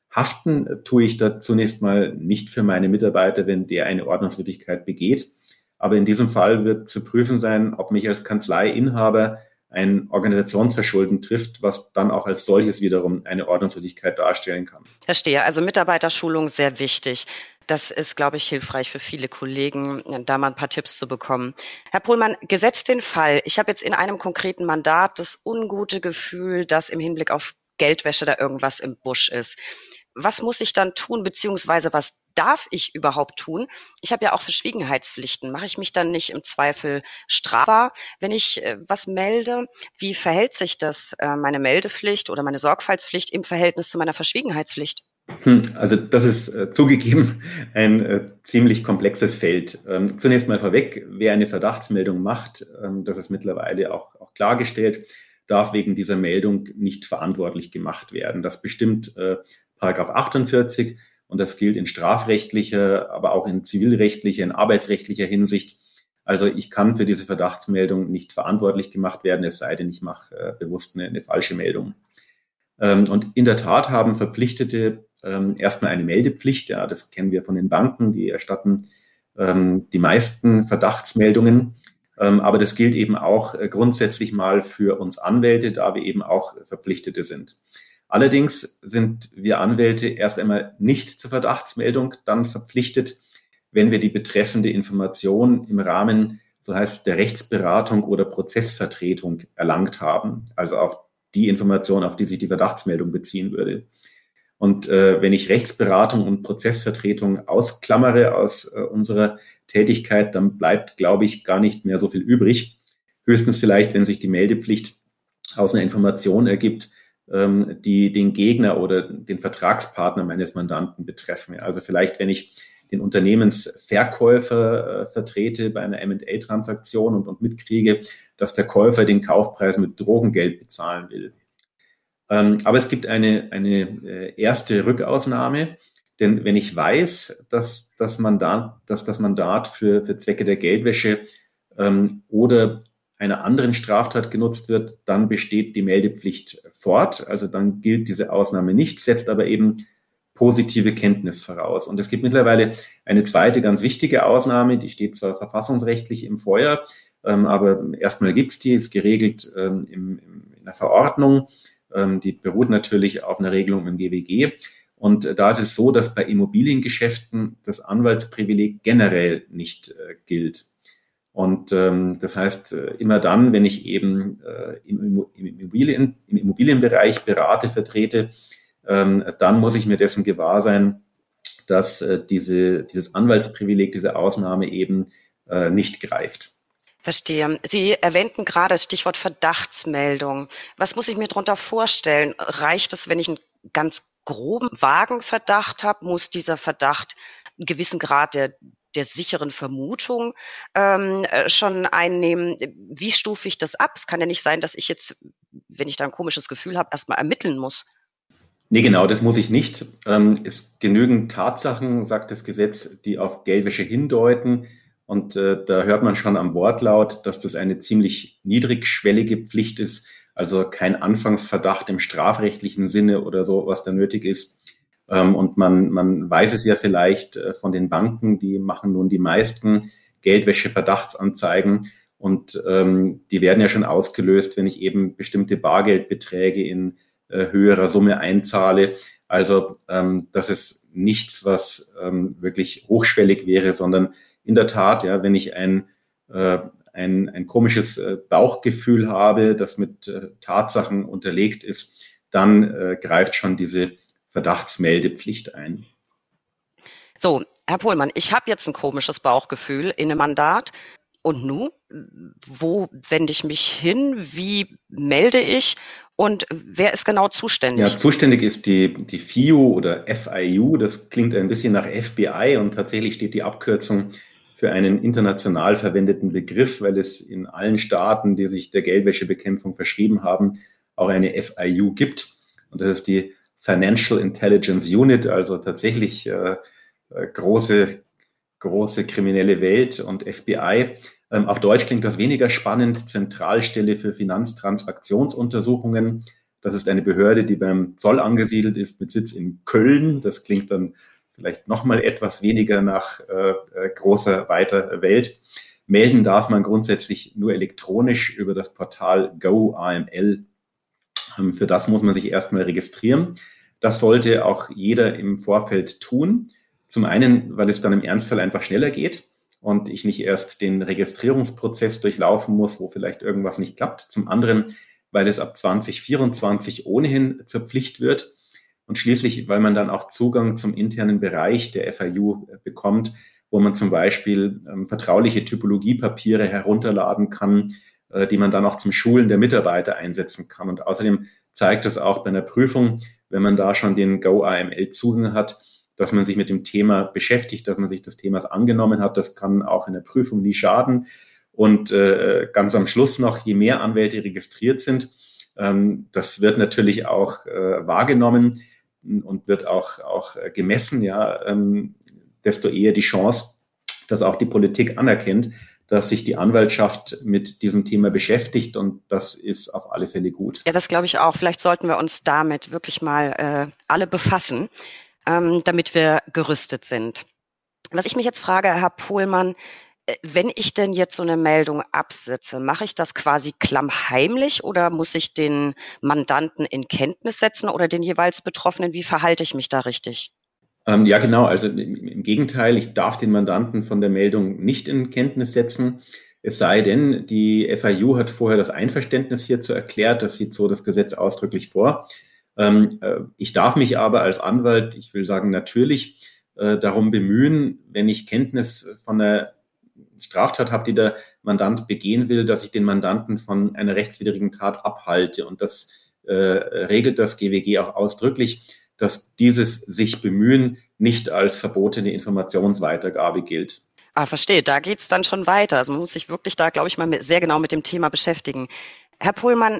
Haften tue ich da zunächst mal nicht für meine Mitarbeiter, wenn der eine Ordnungswidrigkeit begeht. Aber in diesem Fall wird zu prüfen sein, ob mich als Kanzleiinhaber ein Organisationsverschulden trifft, was dann auch als solches wiederum eine Ordnungswidrigkeit darstellen kann. Verstehe. Also Mitarbeiterschulung sehr wichtig. Das ist, glaube ich, hilfreich für viele Kollegen, da mal ein paar Tipps zu bekommen. Herr Pohlmann, gesetzt den Fall, ich habe jetzt in einem konkreten Mandat das ungute Gefühl, dass im Hinblick auf Geldwäsche da irgendwas im Busch ist. Was muss ich dann tun, beziehungsweise was darf ich überhaupt tun? Ich habe ja auch Verschwiegenheitspflichten. Mache ich mich dann nicht im Zweifel strafbar, wenn ich äh, was melde? Wie verhält sich das, äh, meine Meldepflicht oder meine Sorgfaltspflicht im Verhältnis zu meiner Verschwiegenheitspflicht? Hm, also das ist äh, zugegeben ein äh, ziemlich komplexes Feld. Ähm, zunächst mal vorweg, wer eine Verdachtsmeldung macht, ähm, das ist mittlerweile auch, auch klargestellt, darf wegen dieser Meldung nicht verantwortlich gemacht werden. Das bestimmt äh, Paragraph achtundvierzig, und das gilt in strafrechtlicher, aber auch in zivilrechtlicher, in arbeitsrechtlicher Hinsicht. Also ich kann für diese Verdachtsmeldung nicht verantwortlich gemacht werden, es sei denn, ich mache äh, bewusst eine, eine falsche Meldung. Ähm, und in der Tat haben Verpflichtete ähm, erstmal eine Meldepflicht. Ja, das kennen wir von den Banken, die erstatten ähm, die meisten Verdachtsmeldungen. Ähm, aber das gilt eben auch äh, grundsätzlich mal für uns Anwälte, da wir eben auch Verpflichtete sind. Allerdings sind wir Anwälte erst einmal nicht zur Verdachtsmeldung dann verpflichtet, wenn wir die betreffende Information im Rahmen, so heißt der Rechtsberatung oder Prozessvertretung erlangt haben, also auf die Information, auf die sich die Verdachtsmeldung beziehen würde. Und äh, wenn ich Rechtsberatung und Prozessvertretung ausklammere aus äh, unserer Tätigkeit, dann bleibt, glaube ich, gar nicht mehr so viel übrig. höchstens vielleicht, wenn sich die Meldepflicht aus einer Information ergibt, ähm, die den Gegner oder den Vertragspartner meines Mandanten betreffen. Also vielleicht, wenn ich den Unternehmensverkäufer äh, vertrete bei einer M und A-Transaktion und, und mitkriege, dass der Käufer den Kaufpreis mit Drogengeld bezahlen will. Ähm, aber es gibt eine, eine äh, erste Rückausnahme, denn wenn ich weiß, dass das Mandat, dass das Mandat für, für Zwecke der Geldwäsche ähm, oder einer anderen Straftat genutzt wird, dann besteht die Meldepflicht fort. Also dann gilt diese Ausnahme nicht, setzt aber eben positive Kenntnis voraus. Und es gibt mittlerweile eine zweite ganz wichtige Ausnahme, die steht zwar verfassungsrechtlich im Feuer, ähm, aber erstmal gibt es die, ist geregelt ähm, im, im, in der Verordnung. Ähm, die beruht natürlich auf einer Regelung im G W G. Und da ist es so, dass bei Immobiliengeschäften das Anwaltsprivileg generell nicht äh, gilt. Und ähm, das heißt, äh, immer dann, wenn ich eben äh, im, im, Immobilien, im Immobilienbereich berate, vertrete, ähm, dann muss ich mir dessen gewahr sein, dass äh, diese, dieses Anwaltsprivileg, diese Ausnahme eben äh, nicht greift. Verstehe. Sie erwähnten gerade das Stichwort Verdachtsmeldung. Was muss ich mir darunter vorstellen? Reicht es, wenn ich einen ganz groben, vagen Verdacht habe? Muss dieser Verdacht einen gewissen Grad der der sicheren Vermutung ähm, schon einnehmen? Wie stufe ich das ab? Es kann ja nicht sein, dass ich jetzt, wenn ich da ein komisches Gefühl habe, erstmal ermitteln muss. Nee, genau, das muss ich nicht. Ähm, es genügen Tatsachen, sagt das Gesetz, die auf Geldwäsche hindeuten. Und äh, da hört man schon am Wortlaut, dass das eine ziemlich niedrigschwellige Pflicht ist, also kein Anfangsverdacht im strafrechtlichen Sinne oder so, was da nötig ist. Ähm, und man, man weiß es ja vielleicht äh, von den Banken, die machen nun die meisten Geldwäsche-Verdachtsanzeigen. Und ähm, die werden ja schon ausgelöst, wenn ich eben bestimmte Bargeldbeträge in äh, höherer Summe einzahle. Also ähm, das ist nichts, was ähm, wirklich hochschwellig wäre, sondern in der Tat, ja, wenn ich ein, äh, ein, ein komisches äh, Bauchgefühl habe, das mit äh, Tatsachen unterlegt ist, dann äh, greift schon diese Verdachtsmeldepflicht ein. So, Herr Pohlmann, ich habe jetzt ein komisches Bauchgefühl in einem Mandat. Und nun, wo wende ich mich hin? Wie melde ich? Und wer ist genau zuständig? Ja, zuständig ist die, die F I U oder F I U. Das klingt ein bisschen nach F B I und tatsächlich steht die Abkürzung für einen international verwendeten Begriff, weil es in allen Staaten, die sich der Geldwäschebekämpfung verschrieben haben, auch eine F I U gibt. Und das ist die Financial Intelligence Unit, also tatsächlich äh, große, große kriminelle Welt. Und F B I, ähm, auf Deutsch klingt das weniger spannend, Zentralstelle für Finanztransaktionsuntersuchungen. Das ist eine Behörde, die beim Zoll angesiedelt ist, mit Sitz in Köln. Das klingt dann vielleicht nochmal etwas weniger nach äh, großer, weiter Welt. Melden darf man grundsätzlich nur elektronisch über das Portal Go A M L. Ähm, für das muss man sich erstmal registrieren. Das sollte auch jeder im Vorfeld tun. Zum einen, weil es dann im Ernstfall einfach schneller geht und ich nicht erst den Registrierungsprozess durchlaufen muss, wo vielleicht irgendwas nicht klappt. Zum anderen, weil es ab zwanzig vierundzwanzig ohnehin zur Pflicht wird. Und schließlich, weil man dann auch Zugang zum internen Bereich der F I U bekommt, wo man zum Beispiel ähm, vertrauliche Typologiepapiere herunterladen kann, äh, die man dann auch zum Schulen der Mitarbeiter einsetzen kann. Und außerdem zeigt es auch bei einer Prüfung, wenn man da schon den Go A M L-Zugang hat, dass man sich mit dem Thema beschäftigt, dass man sich des Themas angenommen hat. Das kann auch in der Prüfung nie schaden. Und äh, ganz am Schluss noch, je mehr Anwälte registriert sind, ähm, das wird natürlich auch äh, wahrgenommen und wird auch, auch gemessen, ja, ähm, desto eher die Chance, dass auch die Politik anerkennt, dass sich die Anwaltschaft mit diesem Thema beschäftigt, und das ist auf alle Fälle gut. Ja, das glaube ich auch. Vielleicht sollten wir uns damit wirklich mal äh, alle befassen, ähm, damit wir gerüstet sind. Was ich mich jetzt frage, Herr Pohlmann, wenn ich denn jetzt so eine Meldung absetze, mache ich das quasi klammheimlich oder muss ich den Mandanten in Kenntnis setzen oder den jeweils Betroffenen? Wie verhalte ich mich da richtig? Ähm, ja, genau. Also im, im Gegenteil, ich darf den Mandanten von der Meldung nicht in Kenntnis setzen. Es sei denn, die F I U hat vorher das Einverständnis hierzu erklärt. Das sieht so das Gesetz ausdrücklich vor. Ähm, äh, ich darf mich aber als Anwalt, ich will sagen natürlich, äh, darum bemühen, wenn ich Kenntnis von der Straftat habe, die der Mandant begehen will, dass ich den Mandanten von einer rechtswidrigen Tat abhalte. Und das äh, regelt das G W G auch ausdrücklich, dass dieses sich bemühen nicht als verbotene Informationsweitergabe gilt. Ah, verstehe. Da geht's dann schon weiter. Also man muss sich wirklich da, glaube ich, mal mit, sehr genau mit dem Thema beschäftigen. Herr Pohlmann,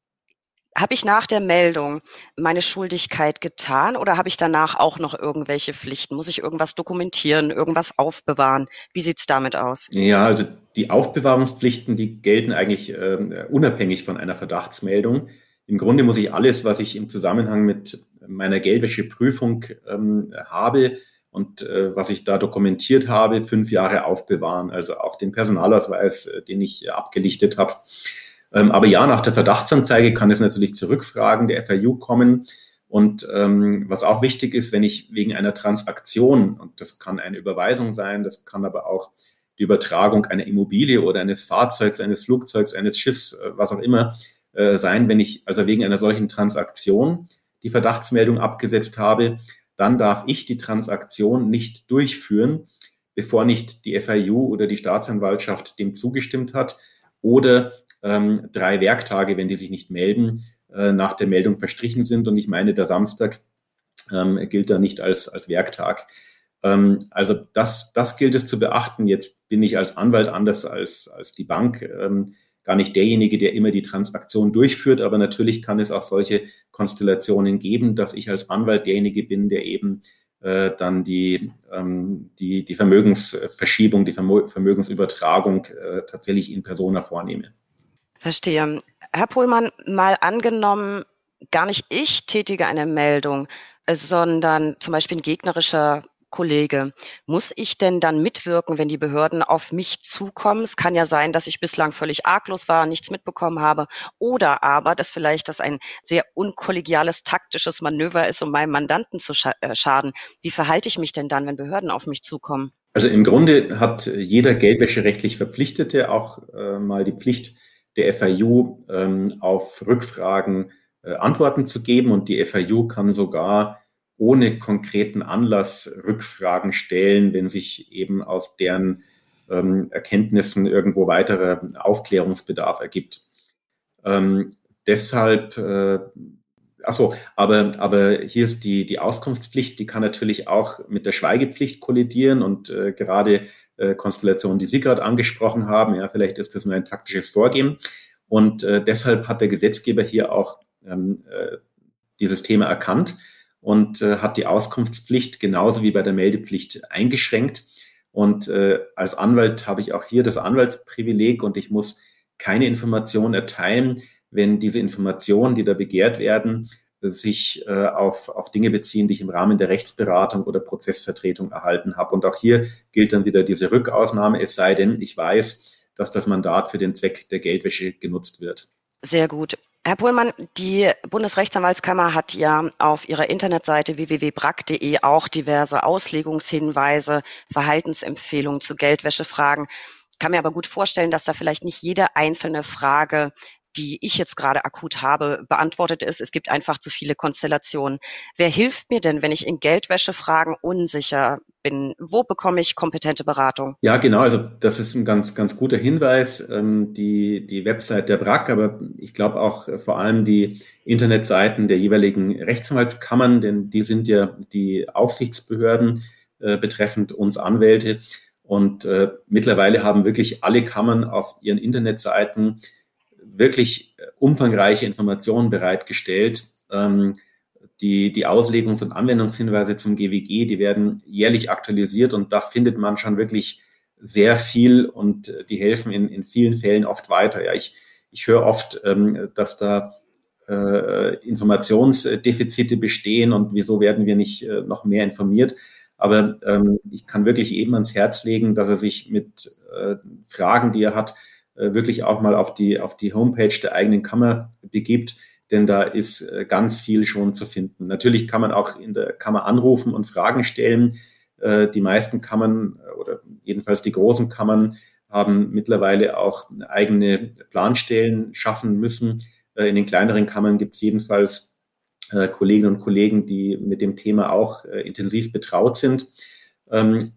habe ich nach der Meldung meine Schuldigkeit getan oder habe ich danach auch noch irgendwelche Pflichten? Muss ich irgendwas dokumentieren, irgendwas aufbewahren? Wie sieht's damit aus? Ja, also die Aufbewahrungspflichten, die gelten eigentlich äh, unabhängig von einer Verdachtsmeldung. Im Grunde muss ich alles, was ich im Zusammenhang mit meiner Geldwäscheprüfung ähm, habe und äh, was ich da dokumentiert habe, fünf Jahre aufbewahren. Also auch den Personalausweis, äh, den ich äh, abgelichtet habe. Ähm, aber ja, nach der Verdachtsanzeige kann es natürlich zu Rückfragen der F A U kommen. Und ähm, was auch wichtig ist, wenn ich wegen einer Transaktion, und das kann eine Überweisung sein, das kann aber auch die Übertragung einer Immobilie oder eines Fahrzeugs, eines Flugzeugs, eines Schiffs, äh, was auch immer äh, sein, wenn ich also wegen einer solchen Transaktion die Verdachtsmeldung abgesetzt habe, dann darf ich die Transaktion nicht durchführen, bevor nicht die F A U oder die Staatsanwaltschaft dem zugestimmt hat oder ähm, drei Werktage, wenn die sich nicht melden, äh, nach der Meldung verstrichen sind. Und ich meine, der Samstag ähm, gilt da nicht als, als Werktag. Ähm, also das, das gilt es zu beachten. Jetzt bin ich als Anwalt anders als, als die Bank ähm, gar nicht derjenige, der immer die Transaktion durchführt. Aber natürlich kann es auch solche Konstellationen geben, dass ich als Anwalt derjenige bin, der eben äh, dann die, ähm, die, die Vermögensverschiebung, die Vermö- Vermögensübertragung äh, tatsächlich in persona vornehme. Verstehe. Herr Pohlmann, mal angenommen, gar nicht ich tätige eine Meldung, sondern zum Beispiel ein gegnerischer Kollege. Muss ich denn dann mitwirken, wenn die Behörden auf mich zukommen? Es kann ja sein, dass ich bislang völlig arglos war, nichts mitbekommen habe, oder aber, dass vielleicht das ein sehr unkollegiales taktisches Manöver ist, um meinem Mandanten zu scha- äh, schaden. Wie verhalte ich mich denn dann, wenn Behörden auf mich zukommen? Also im Grunde hat jeder geldwäscherechtlich Verpflichtete auch äh, mal die Pflicht, der F A U ähm, auf Rückfragen äh, Antworten zu geben. Und die F A U kann sogar ohne konkreten Anlass Rückfragen stellen, wenn sich eben aus deren ähm, Erkenntnissen irgendwo weiterer Aufklärungsbedarf ergibt. Ähm, deshalb, äh, achso, aber, aber hier ist die, die Auskunftspflicht, die kann natürlich auch mit der Schweigepflicht kollidieren und äh, gerade äh, Konstellationen, die Sie gerade angesprochen haben, ja, vielleicht ist das nur ein taktisches Vorgehen. Und äh, deshalb hat der Gesetzgeber hier auch ähm, äh, dieses Thema erkannt und äh, hat die Auskunftspflicht genauso wie bei der Meldepflicht eingeschränkt. Und äh, als Anwalt habe ich auch hier das Anwaltsprivileg und ich muss keine Informationen erteilen, wenn diese Informationen, die da begehrt werden, sich äh, auf, auf Dinge beziehen, die ich im Rahmen der Rechtsberatung oder Prozessvertretung erhalten habe. Und auch hier gilt dann wieder diese Rückausnahme, es sei denn, ich weiß, dass das Mandat für den Zweck der Geldwäsche genutzt wird. Sehr gut. Herr Pohlmann, die Bundesrechtsanwaltskammer hat ja auf ihrer Internetseite w w w punkt brack punkt de auch diverse Auslegungshinweise, Verhaltensempfehlungen zu Geldwäschefragen. Ich kann mir aber gut vorstellen, dass da vielleicht nicht jede einzelne Frage, die ich jetzt gerade akut habe, beantwortet ist. Es gibt einfach zu viele Konstellationen. Wer hilft mir denn, wenn ich in Geldwäschefragen unsicher bin? Wo bekomme ich kompetente Beratung? Ja, genau. Also das ist ein ganz, ganz guter Hinweis. Ähm, die, die Website der Brack, aber ich glaube auch äh, vor allem die Internetseiten der jeweiligen Rechtsanwaltskammern, denn die sind ja die Aufsichtsbehörden äh, betreffend uns Anwälte. Und äh, mittlerweile haben wirklich alle Kammern auf ihren Internetseiten wirklich umfangreiche Informationen bereitgestellt. Ähm, die, die Auslegungs- und Anwendungshinweise zum G W G, die werden jährlich aktualisiert und da findet man schon wirklich sehr viel und die helfen in, in vielen Fällen oft weiter. Ja, ich, ich höre oft, ähm, dass da äh, Informationsdefizite bestehen und wieso werden wir nicht äh, noch mehr informiert. Aber ähm, ich kann wirklich eben ans Herz legen, dass er sich mit äh, Fragen, die er hat, wirklich auch mal auf die, auf die Homepage der eigenen Kammer begibt, denn da ist ganz viel schon zu finden. Natürlich kann man auch in der Kammer anrufen und Fragen stellen. Die meisten Kammern oder jedenfalls die großen Kammern haben mittlerweile auch eigene Planstellen schaffen müssen. In den kleineren Kammern gibt es jedenfalls Kolleginnen und Kollegen, die mit dem Thema auch intensiv betraut sind.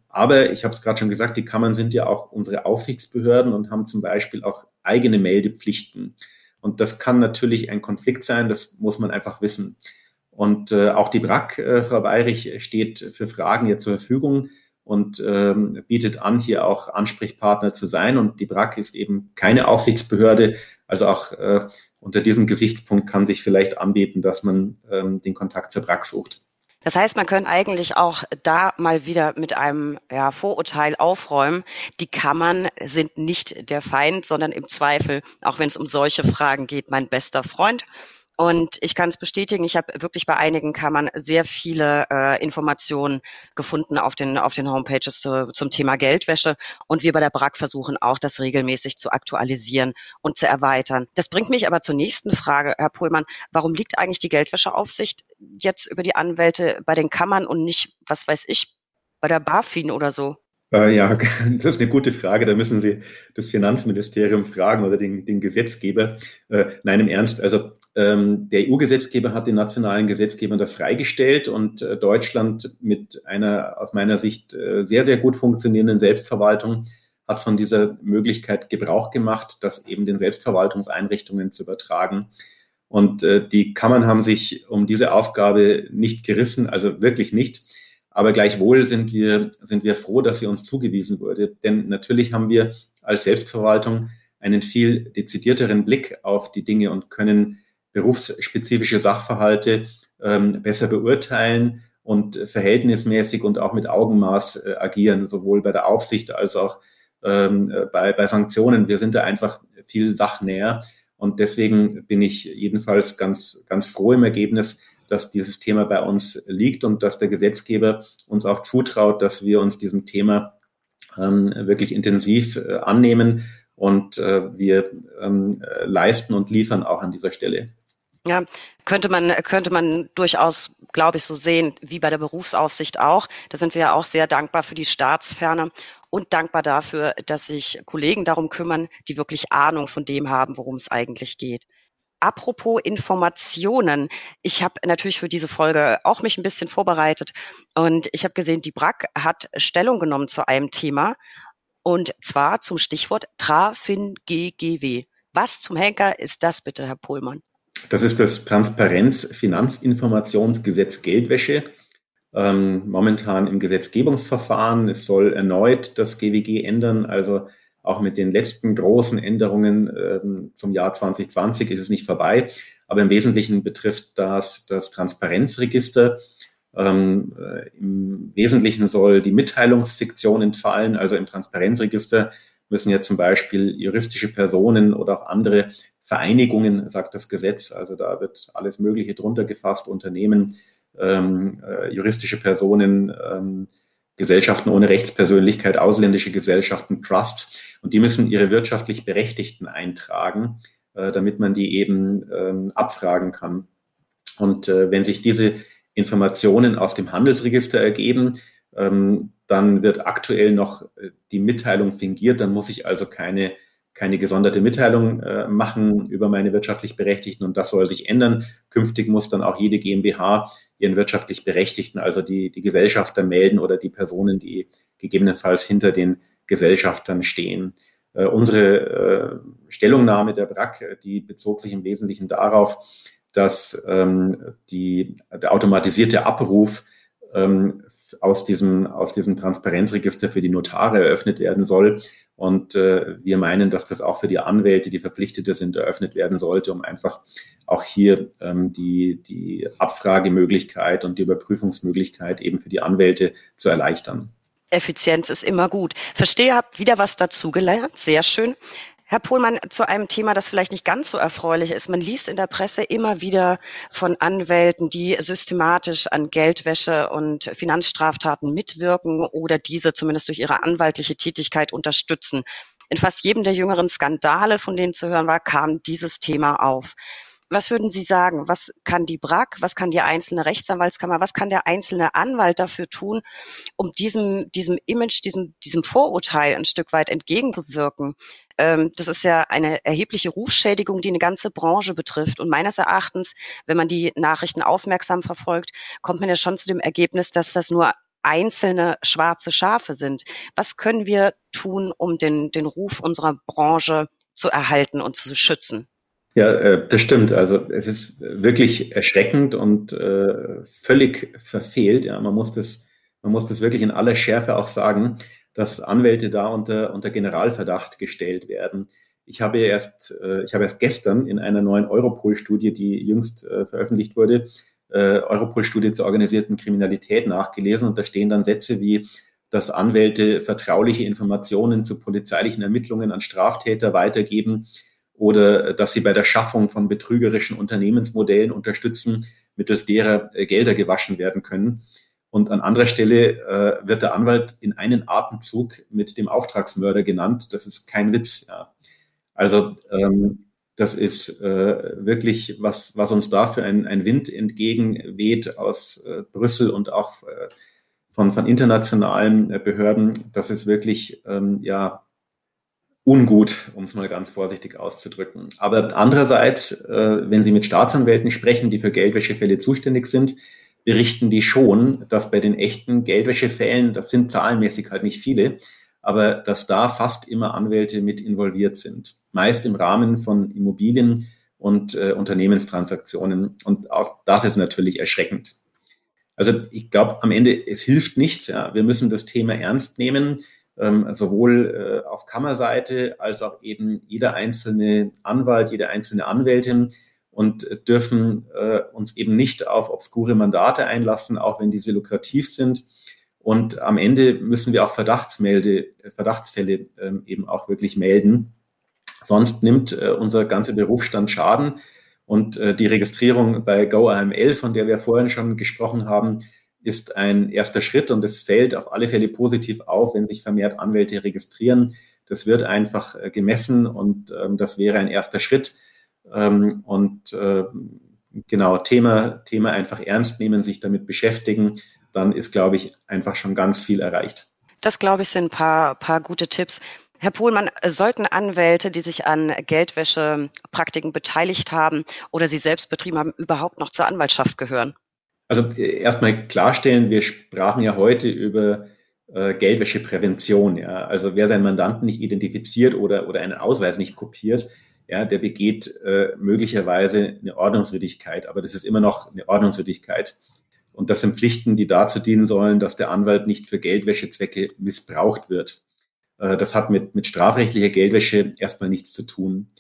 Aber ich habe es gerade schon gesagt, die Kammern sind ja auch unsere Aufsichtsbehörden und haben zum Beispiel auch eigene Meldepflichten. Und das kann natürlich ein Konflikt sein, das muss man einfach wissen. Und äh, auch die B R A K, äh, Frau Weyrich, steht für Fragen hier zur Verfügung und ähm, bietet an, hier auch Ansprechpartner zu sein. Und die B R A K ist eben keine Aufsichtsbehörde. Also auch äh, unter diesem Gesichtspunkt kann sich vielleicht anbieten, dass man ähm, den Kontakt zur B R A K sucht. Das heißt, man könnte eigentlich auch da mal wieder mit einem ja, Vorurteil aufräumen. Die Kammern sind nicht der Feind, sondern im Zweifel, auch wenn es um solche Fragen geht, mein bester Freund. Und ich kann es bestätigen, ich habe wirklich bei einigen Kammern sehr viele äh, Informationen gefunden auf den auf den Homepages zu, zum Thema Geldwäsche. Und wir bei der B R A K versuchen auch, das regelmäßig zu aktualisieren und zu erweitern. Das bringt mich aber zur nächsten Frage, Herr Pohlmann. Warum liegt eigentlich die Geldwäscheaufsicht jetzt über die Anwälte bei den Kammern und nicht, was weiß ich, bei der BaFin oder so? Äh, ja, das ist eine gute Frage. Da müssen Sie das Finanzministerium fragen oder den, den Gesetzgeber. Äh, nein, im Ernst. Also ähm, der E U-Gesetzgeber hat den nationalen Gesetzgebern das freigestellt und äh, Deutschland mit einer aus meiner Sicht äh, sehr, sehr gut funktionierenden Selbstverwaltung hat von dieser Möglichkeit Gebrauch gemacht, das eben den Selbstverwaltungseinrichtungen zu übertragen. Und äh, die Kammern haben sich um diese Aufgabe nicht gerissen, also wirklich nicht. Aber gleichwohl sind wir, sind wir froh, dass sie uns zugewiesen wurde. Denn natürlich haben wir als Selbstverwaltung einen viel dezidierteren Blick auf die Dinge und können berufsspezifische Sachverhalte ähm, besser beurteilen und verhältnismäßig und auch mit Augenmaß äh, agieren, sowohl bei der Aufsicht als auch ähm, bei, bei Sanktionen. Wir sind da einfach viel sachnäher. Und deswegen bin ich jedenfalls ganz, ganz froh im Ergebnis, dass dieses Thema bei uns liegt und dass der Gesetzgeber uns auch zutraut, dass wir uns diesem Thema ähm, wirklich intensiv äh, annehmen und äh, wir ähm, leisten und liefern auch an dieser Stelle. Ja, könnte man, könnte man durchaus, glaube ich, so sehen, wie bei der Berufsaufsicht auch. Da sind wir ja auch sehr dankbar für die Staatsferne und dankbar dafür, dass sich Kollegen darum kümmern, die wirklich Ahnung von dem haben, worum es eigentlich geht. Apropos Informationen. Ich habe natürlich für diese Folge auch mich ein bisschen vorbereitet und ich habe gesehen, die B R A K hat Stellung genommen zu einem Thema und zwar zum Stichwort TraFinGGW. Was zum Henker ist das bitte, Herr Pohlmann? Das ist das Transparenz-Finanzinformationsgesetz Geldwäsche, ähm, momentan im Gesetzgebungsverfahren. Es soll erneut das G W G ändern, also auch mit den letzten großen Änderungen ähm, zum Jahr zwanzig zwanzig ist es nicht vorbei. Aber im Wesentlichen betrifft das das Transparenzregister. Ähm, äh, Im Wesentlichen soll die Mitteilungsfiktion entfallen. Also im Transparenzregister müssen ja zum Beispiel juristische Personen oder auch andere Vereinigungen, sagt das Gesetz, also da wird alles Mögliche drunter gefasst, Unternehmen, ähm, äh, juristische Personen, ähm, Gesellschaften ohne Rechtspersönlichkeit, ausländische Gesellschaften, Trusts, und die müssen ihre wirtschaftlich Berechtigten eintragen, äh, damit man die eben ähm, abfragen kann. Und äh, wenn sich diese Informationen aus dem Handelsregister ergeben, ähm, dann wird aktuell noch äh, die Mitteilung fingiert, dann muss ich also keine keine gesonderte Mitteilung äh, machen über meine wirtschaftlich Berechtigten, und das soll sich ändern. Künftig muss dann auch jede GmbH ihren wirtschaftlich Berechtigten, also die, die Gesellschafter melden oder die Personen, die gegebenenfalls hinter den Gesellschaftern stehen. Äh, unsere äh, Stellungnahme der B R A K, die bezog sich im Wesentlichen darauf, dass ähm, die, der automatisierte Abruf ähm, aus diesem, aus diesem Transparenzregister für die Notare eröffnet werden soll. Und äh, wir meinen, dass das auch für die Anwälte, die Verpflichtete sind, eröffnet werden sollte, um einfach auch hier ähm, die, die Abfragemöglichkeit und die Überprüfungsmöglichkeit eben für die Anwälte zu erleichtern. Effizienz ist immer gut. Verstehe, habt wieder was dazugelernt. Sehr schön. Herr Pohlmann, zu einem Thema, das vielleicht nicht ganz so erfreulich ist. Man liest in der Presse immer wieder von Anwälten, die systematisch an Geldwäsche und Finanzstraftaten mitwirken oder diese zumindest durch ihre anwaltliche Tätigkeit unterstützen. In fast jedem der jüngeren Skandale, von denen zu hören war, kam dieses Thema auf. Was würden Sie sagen? Was kann die B R A K, was kann die einzelne Rechtsanwaltskammer, was kann der einzelne Anwalt dafür tun, um diesem, diesem Image, diesem, diesem Vorurteil ein Stück weit entgegenzuwirken? Ähm, das ist ja eine erhebliche Rufschädigung, die eine ganze Branche betrifft. Und meines Erachtens, wenn man die Nachrichten aufmerksam verfolgt, kommt man ja schon zu dem Ergebnis, dass das nur einzelne schwarze Schafe sind. Was können wir tun, um den, den Ruf unserer Branche zu erhalten und zu schützen? Ja, äh, das stimmt. Also es ist wirklich erschreckend und äh, völlig verfehlt. Ja, man muss das, man muss das wirklich in aller Schärfe auch sagen, dass Anwälte da unter, unter Generalverdacht gestellt werden. Ich habe erst, äh, ich habe erst gestern in einer neuen Europol-Studie, die jüngst äh, veröffentlicht wurde, äh, Europol-Studie zur organisierten Kriminalität nachgelesen, und da stehen dann Sätze wie, dass Anwälte vertrauliche Informationen zu polizeilichen Ermittlungen an Straftäter weitergeben, oder dass sie bei der Schaffung von betrügerischen Unternehmensmodellen unterstützen, mittels derer äh, Gelder gewaschen werden können. Und an anderer Stelle äh, wird der Anwalt in einen Atemzug mit dem Auftragsmörder genannt. Das ist kein Witz. Ja. Also ähm, das ist äh, wirklich, was, was uns da für ein, ein Wind entgegenweht aus äh, Brüssel und auch äh, von, von internationalen äh, Behörden. Das ist wirklich, ähm, ja, ungut, um es mal ganz vorsichtig auszudrücken. Aber andererseits, äh, wenn Sie mit Staatsanwälten sprechen, die für Geldwäschefälle zuständig sind, berichten die schon, dass bei den echten Geldwäschefällen, das sind zahlenmäßig halt nicht viele, aber dass da fast immer Anwälte mit involviert sind. Meist im Rahmen von Immobilien und äh, Unternehmenstransaktionen. Und auch das ist natürlich erschreckend. Also ich glaube, am Ende, es hilft nichts. Ja. Wir müssen das Thema ernst nehmen. Ähm, sowohl äh, auf Kammerseite als auch eben jeder einzelne Anwalt, jede einzelne Anwältin, und äh, dürfen äh, uns eben nicht auf obskure Mandate einlassen, auch wenn diese lukrativ sind. Und am Ende müssen wir auch Verdachtsmelde, Verdachtsfälle ähm, eben auch wirklich melden. Sonst nimmt äh, unser ganzer Berufsstand Schaden. Und äh, die Registrierung bei GoAML, von der wir vorhin schon gesprochen haben, ist ein erster Schritt, und es fällt auf alle Fälle positiv auf, wenn sich vermehrt Anwälte registrieren. Das wird einfach äh, gemessen, und ähm, das wäre ein erster Schritt. Ähm, und äh, genau, Thema, Thema einfach ernst nehmen, sich damit beschäftigen, dann ist, glaube ich, einfach schon ganz viel erreicht. Das, glaube ich, sind ein paar, paar gute Tipps. Herr Pohlmann, sollten Anwälte, die sich an Geldwäschepraktiken beteiligt haben oder sie selbst betrieben haben, überhaupt noch zur Anwaltschaft gehören? Also erstmal klarstellen, wir sprachen ja heute über äh, Geldwäscheprävention. Ja. Also wer seinen Mandanten nicht identifiziert oder, oder einen Ausweis nicht kopiert, ja, der begeht äh, möglicherweise eine Ordnungswidrigkeit. Aber das ist immer noch eine Ordnungswidrigkeit. Und das sind Pflichten, die dazu dienen sollen, dass der Anwalt nicht für Geldwäschezwecke missbraucht wird. Äh, das hat mit, mit strafrechtlicher Geldwäsche erstmal nichts zu tun.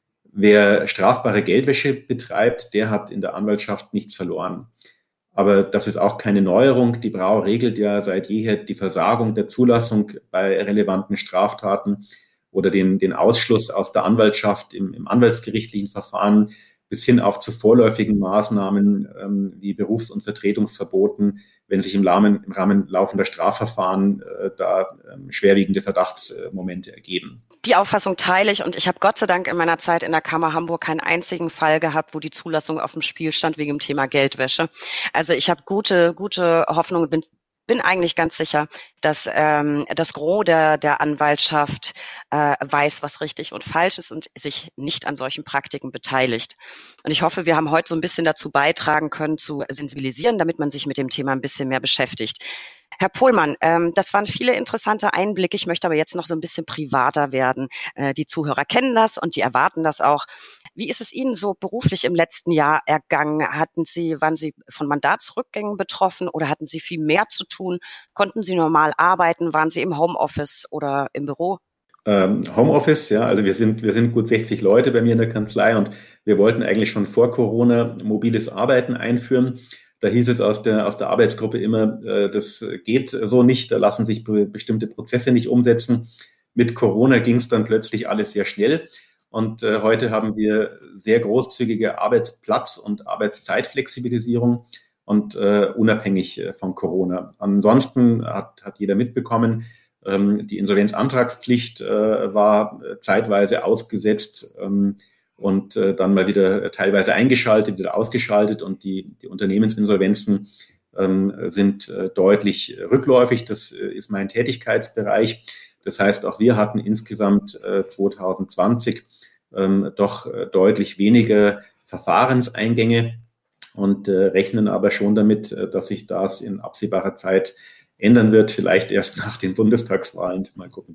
Wer strafbare Geldwäsche betreibt, der hat in der Anwaltschaft nichts verloren. Aber das ist auch keine Neuerung. Die Brau regelt ja seit jeher die Versagung der Zulassung bei relevanten Straftaten oder den, den Ausschluss aus der Anwaltschaft im, im anwaltsgerichtlichen Verfahren bis hin auch zu vorläufigen Maßnahmen ähm, wie Berufs- und Vertretungsverboten, wenn sich im Rahmen, im Rahmen laufender Strafverfahren äh, da ähm, schwerwiegende Verdachtsmomente ergeben. Die Auffassung teile ich, und ich habe Gott sei Dank in meiner Zeit in der Kammer Hamburg keinen einzigen Fall gehabt, wo die Zulassung auf dem Spiel stand wegen dem Thema Geldwäsche. Also ich habe gute, gute Hoffnung, bin bin eigentlich ganz sicher, dass ähm, das Gros der, der Anwaltschaft äh, weiß, was richtig und falsch ist und sich nicht an solchen Praktiken beteiligt. Und ich hoffe, wir haben heute so ein bisschen dazu beitragen können, zu sensibilisieren, damit man sich mit dem Thema ein bisschen mehr beschäftigt. Herr Pohlmann, ähm, das waren viele interessante Einblicke. Ich möchte aber jetzt noch so ein bisschen privater werden. Äh, die Zuhörer kennen das und die erwarten das auch. Wie ist es Ihnen so beruflich im letzten Jahr ergangen? Hatten Sie, waren Sie von Mandatsrückgängen betroffen oder hatten Sie viel mehr zu tun? Konnten Sie normal arbeiten? Waren Sie im Homeoffice oder im Büro? Ähm, Homeoffice, ja, also wir sind, wir sind gut sechzig Leute bei mir in der Kanzlei, und wir wollten eigentlich schon vor Corona mobiles Arbeiten einführen. Da hieß es aus der, aus der Arbeitsgruppe immer, äh, das geht so nicht, da lassen sich be- bestimmte Prozesse nicht umsetzen. Mit Corona ging es dann plötzlich alles sehr schnell, und äh, heute haben wir sehr großzügige Arbeitsplatz- und Arbeitszeitflexibilisierung, und äh, unabhängig äh, von Corona. Ansonsten hat, hat jeder mitbekommen, ähm, die Insolvenzantragspflicht äh, war äh, zeitweise ausgesetzt, ähm, und äh, dann mal wieder teilweise eingeschaltet, wieder ausgeschaltet, und die, die Unternehmensinsolvenzen ähm, sind äh, deutlich rückläufig. Das äh, ist mein Tätigkeitsbereich. Das heißt, auch wir hatten insgesamt äh, zwanzig zwanzig ähm, doch äh, deutlich weniger Verfahrenseingänge und äh, rechnen aber schon damit, äh, dass sich das in absehbarer Zeit ändern wird, vielleicht erst nach den Bundestagswahlen. Mal gucken.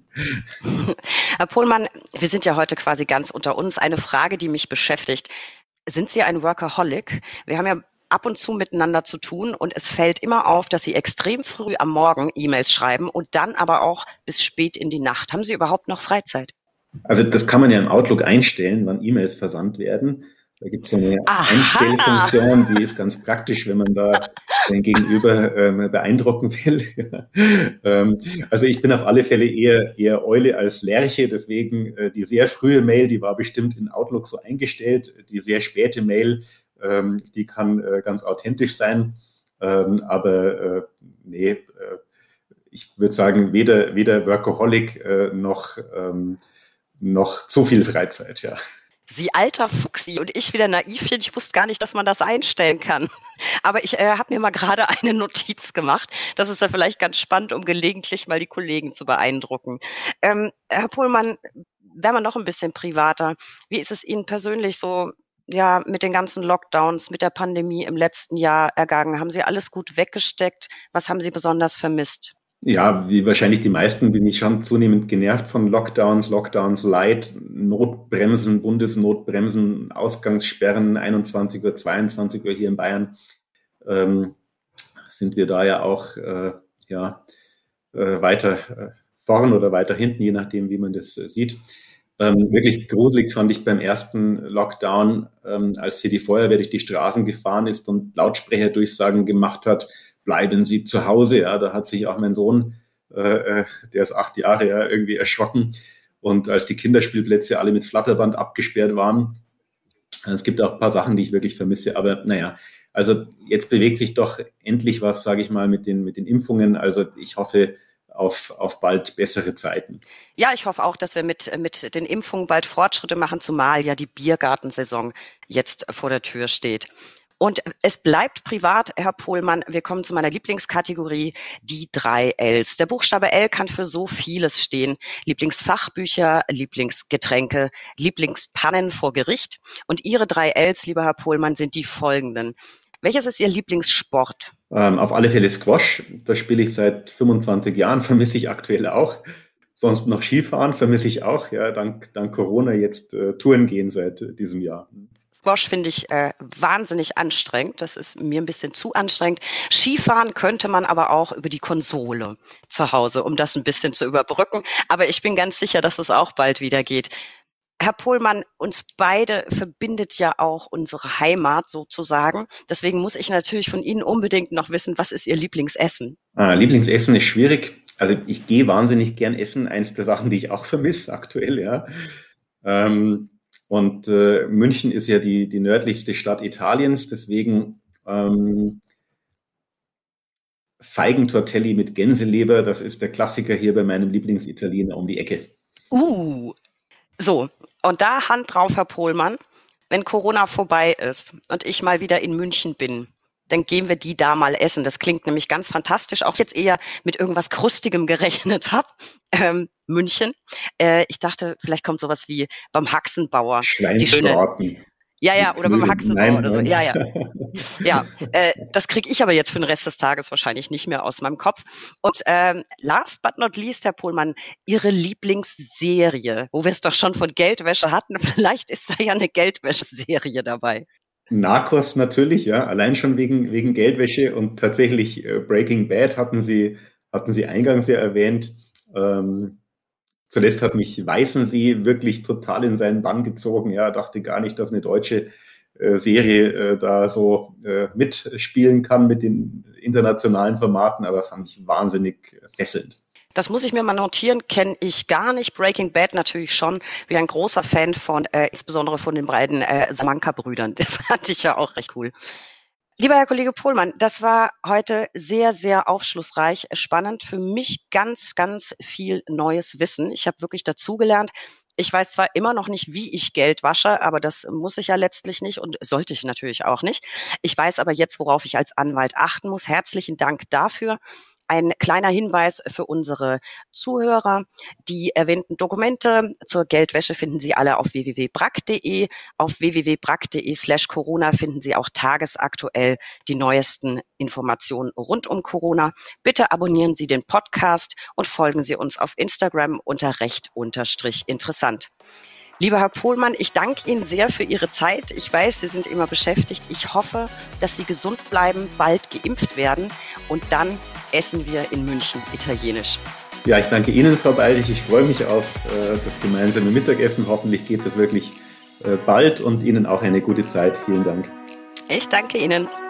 Herr Pohlmann, wir sind ja heute quasi ganz unter uns. Eine Frage, die mich beschäftigt. Sind Sie ein Workaholic? Wir haben ja ab und zu miteinander zu tun und es fällt immer auf, dass Sie extrem früh am Morgen E-Mails schreiben und dann aber auch bis spät in die Nacht. Haben Sie überhaupt noch Freizeit? Also das kann man ja im Outlook einstellen, wann E-Mails versandt werden. Da gibt es so eine Aha. Einstellfunktion, die ist ganz praktisch, wenn man da den Gegenüber ähm, beeindrucken will. ähm, also ich bin auf alle Fälle eher, eher Eule als Lerche, deswegen äh, die sehr frühe Mail, die war bestimmt in Outlook so eingestellt. Die sehr späte Mail, ähm, die kann äh, ganz authentisch sein, ähm, aber äh, nee, äh, ich würde sagen, weder, weder Workaholic äh, noch, ähm, noch zu viel Freizeit, ja. Sie alter Fuchsi und ich wieder Naivchen, ich wusste gar nicht, dass man das einstellen kann. Aber ich äh, habe mir mal gerade eine Notiz gemacht. Das ist ja vielleicht ganz spannend, um gelegentlich mal die Kollegen zu beeindrucken. Ähm, Herr Pohlmann, werden wir noch ein bisschen privater. Wie ist es Ihnen persönlich so, ja, mit den ganzen Lockdowns, mit der Pandemie im letzten Jahr ergangen? Haben Sie alles gut weggesteckt? Was haben Sie besonders vermisst? Ja, wie wahrscheinlich die meisten bin ich schon zunehmend genervt von Lockdowns, Lockdowns light, Notbremsen, Bundesnotbremsen, Ausgangssperren, einundzwanzig Uhr, zweiundzwanzig Uhr hier in Bayern. Ähm, sind wir da ja auch äh, ja, äh, weiter äh, vorn oder weiter hinten, je nachdem, wie man das äh, sieht. Ähm, wirklich gruselig fand ich beim ersten Lockdown, ähm, als hier die Feuerwehr durch die Straßen gefahren ist und Lautsprecherdurchsagen gemacht hat, bleiben Sie zu Hause. Ja, da hat sich auch mein Sohn, äh, der ist acht Jahre, ja, irgendwie erschrocken. Und als die Kinderspielplätze alle mit Flatterband abgesperrt waren, es gibt auch ein paar Sachen, die ich wirklich vermisse. Aber naja, also jetzt bewegt sich doch endlich was, sage ich mal, mit den, mit den Impfungen. Also ich hoffe auf, auf bald bessere Zeiten. Ja, ich hoffe auch, dass wir mit, mit den Impfungen bald Fortschritte machen, zumal ja die Biergartensaison jetzt vor der Tür steht. Und es bleibt privat, Herr Pohlmann. Wir kommen zu meiner Lieblingskategorie, die drei Ls. Der Buchstabe L kann für so vieles stehen. Lieblingsfachbücher, Lieblingsgetränke, Lieblingspannen vor Gericht. Und Ihre drei Ls, lieber Herr Pohlmann, sind die folgenden. Welches ist Ihr Lieblingssport? Ähm, auf alle Fälle Squash. Das spiele ich seit fünfundzwanzig Jahren, vermisse ich aktuell auch. Sonst noch Skifahren vermisse ich auch. Ja, dank, dank Corona jetzt äh, Touren gehen seit äh, diesem Jahr. Squash finde ich äh, wahnsinnig anstrengend. Das ist mir ein bisschen zu anstrengend. Skifahren könnte man aber auch über die Konsole zu Hause, um das ein bisschen zu überbrücken. Aber ich bin ganz sicher, dass es auch bald wieder geht. Herr Pohlmann, uns beide verbindet ja auch unsere Heimat sozusagen. Deswegen muss ich natürlich von Ihnen unbedingt noch wissen, was ist Ihr Lieblingsessen? Ah, Lieblingsessen ist schwierig. Also ich gehe wahnsinnig gern essen. Eins der Sachen, die ich auch vermisse aktuell, ja. Ähm, Und äh, München ist ja die, die nördlichste Stadt Italiens, deswegen ähm, Feigentortelli mit Gänseleber, das ist der Klassiker hier bei meinem Lieblingsitaliener um die Ecke. Uh, so, und da Hand drauf, Herr Pohlmann, wenn Corona vorbei ist und ich mal wieder in München bin, dann gehen wir die da mal essen. Das klingt nämlich ganz fantastisch, auch jetzt eher mit irgendwas Krustigem gerechnet habe. Ähm, München. Äh, ich dachte, vielleicht kommt sowas wie beim Haxenbauer. Schweinsbraten. Ja, ja, oder beim Haxenbauer Nein, oder so. nein. Ja, ja. Ja, äh, das kriege ich aber jetzt für den Rest des Tages wahrscheinlich nicht mehr aus meinem Kopf. Und ähm, last but not least, Herr Pohlmann, Ihre Lieblingsserie, wo wir es doch schon von Geldwäsche hatten, vielleicht ist da ja eine Geldwäscheserie dabei. Narcos natürlich, ja, allein schon wegen, wegen Geldwäsche und tatsächlich äh, Breaking Bad hatten Sie, hatten Sie eingangs ja erwähnt. Ähm, zuletzt hat mich Weißensee wirklich total in seinen Bann gezogen. Ja, dachte gar nicht, dass eine deutsche äh, Serie äh, da so äh, mitspielen kann mit den internationalen Formaten, aber fand ich wahnsinnig fesselnd. Das muss ich mir mal notieren, kenne ich gar nicht. Breaking Bad natürlich schon. Bin ein großer Fan von, äh, insbesondere von den beiden äh, Salamanca-Brüdern. Der fand ich ja auch recht cool. Lieber Herr Kollege Pohlmann, das war heute sehr, sehr aufschlussreich, spannend. Für mich ganz, ganz viel neues Wissen. Ich habe wirklich dazugelernt. Ich weiß zwar immer noch nicht, wie ich Geld wasche, aber das muss ich ja letztlich nicht und sollte ich natürlich auch nicht. Ich weiß aber jetzt, worauf ich als Anwalt achten muss. Herzlichen Dank dafür. Ein kleiner Hinweis für unsere Zuhörer. Die erwähnten Dokumente zur Geldwäsche finden Sie alle auf w w w punkt brack punkt de. Auf w w w punkt brack punkt de slash Corona finden Sie auch tagesaktuell die neuesten Informationen rund um Corona. Bitte abonnieren Sie den Podcast und folgen Sie uns auf Instagram unter recht unterstrich interessant. Lieber Herr Pohlmann, ich danke Ihnen sehr für Ihre Zeit. Ich weiß, Sie sind immer beschäftigt. Ich hoffe, dass Sie gesund bleiben, bald geimpft werden und dann essen wir in München italienisch. Ja, ich danke Ihnen, Frau Bayrich. Ich freue mich auf äh, das gemeinsame Mittagessen. Hoffentlich geht das wirklich äh, bald und Ihnen auch eine gute Zeit. Vielen Dank. Ich danke Ihnen.